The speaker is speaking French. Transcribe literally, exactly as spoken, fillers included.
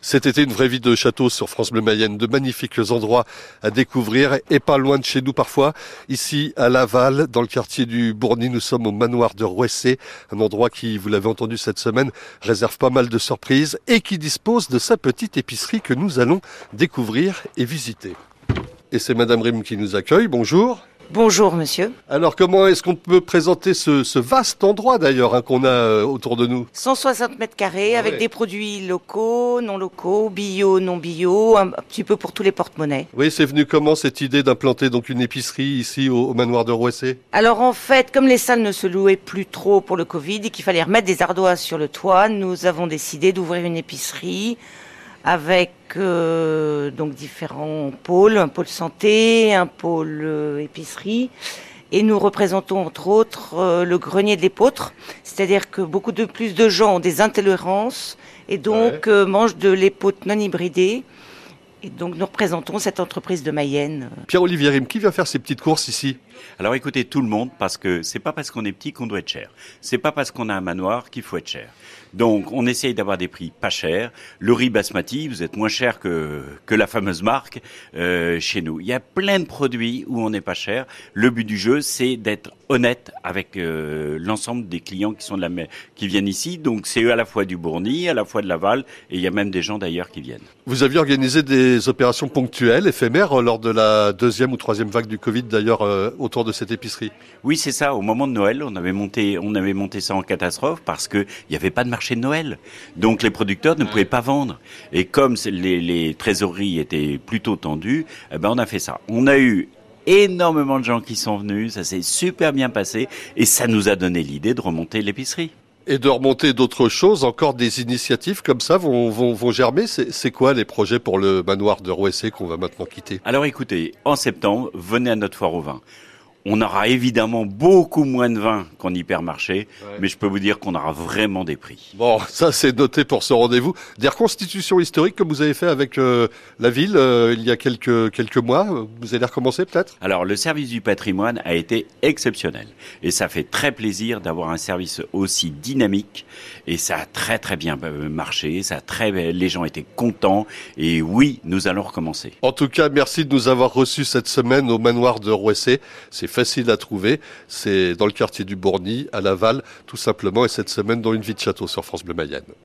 Cet été, une vraie vie de château sur France Bleu Mayenne, de magnifiques endroits à découvrir et pas loin de chez nous parfois. Ici à Laval, dans le quartier du Bourgny, nous sommes au manoir de Rouessé, un endroit qui, vous l'avez entendu cette semaine, réserve pas mal de surprises et qui dispose de sa petite épicerie que nous allons découvrir et visiter. Et c'est Madame Rim qui nous accueille, bonjour. Bonjour monsieur. Alors comment est-ce qu'on peut présenter ce, ce vaste endroit d'ailleurs hein, qu'on a euh, autour de nous? cent soixante mètres carrés Ah avec ouais. des produits locaux, non locaux, bio, non bio, un petit peu pour tous les porte-monnaies. Oui, c'est venu comment cette idée d'implanter donc une épicerie ici au, au manoir de Rouessé? Alors en fait, comme les salles ne se louaient plus trop pour le Covid et qu'il fallait remettre des ardoises sur le toit, nous avons décidé d'ouvrir une épicerie avec euh, donc différents pôles, un pôle santé, un pôle euh, épicerie. Et nous représentons entre autres euh, le grenier de l'épeautre, c'est-à-dire que beaucoup de plus de gens ont des intolérances et donc Ouais. euh, mangent de l'épeautre non hybridée. Et donc nous représentons cette entreprise de Mayenne. Pierre-Olivier Rim, qui vient faire ses petites courses ici? Alors écoutez tout le monde, parce que c'est pas parce qu'on est petit qu'on doit être cher. C'est pas parce qu'on a un manoir qu'il faut être cher. Donc on essaye d'avoir des prix pas chers. Le riz basmati, vous êtes moins cher que que la fameuse marque euh, chez nous. Il y a plein de produits où on n'est pas cher. Le but du jeu, c'est d'être honnête avec euh, l'ensemble des clients qui sont de la mer- qui viennent ici. Donc c'est à la fois du Bourgny, à la fois de Laval, et il y a même des gens d'ailleurs qui viennent. Vous aviez organisé des opérations ponctuelles, éphémères, lors de la deuxième ou troisième vague du Covid d'ailleurs euh, autour de cette épicerie. Oui, c'est ça. Au moment de Noël, on avait monté, on avait monté ça en catastrophe parce que il y avait pas de marché de Noël. Donc les producteurs ne pouvaient pas vendre. Et comme c'est- les, les trésoreries étaient plutôt tendues, eh ben on a fait ça. On a eu énormément de gens qui sont venus, ça s'est super bien passé et ça nous a donné l'idée de remonter l'épicerie. Et de remonter d'autres choses, encore des initiatives comme ça vont, vont, vont germer. C'est, c'est quoi les projets pour le manoir de Rouessé qu'on va maintenant quitter? Alors écoutez, en septembre, venez à notre foire au vin. On aura évidemment beaucoup moins de vin qu'en hypermarché, Ouais. mais je peux vous dire qu'on aura vraiment des prix. Bon, ça c'est noté pour ce rendez-vous. Des reconstitutions historiques comme vous avez fait avec euh, la ville euh, il y a quelques, quelques mois. Vous allez recommencer peut-être? Alors, le service du patrimoine a été exceptionnel. Et ça fait très plaisir d'avoir un service aussi dynamique. Et ça a très très bien euh, marché. Ça a très, les gens étaient contents. Et oui, nous allons recommencer. En tout cas, merci de nous avoir reçus cette semaine au manoir de Rouessé. C'est facile à trouver. C'est dans le quartier du Bourgny, à Laval, tout simplement. Et cette semaine, dans une vie de château sur France Bleu Mayenne.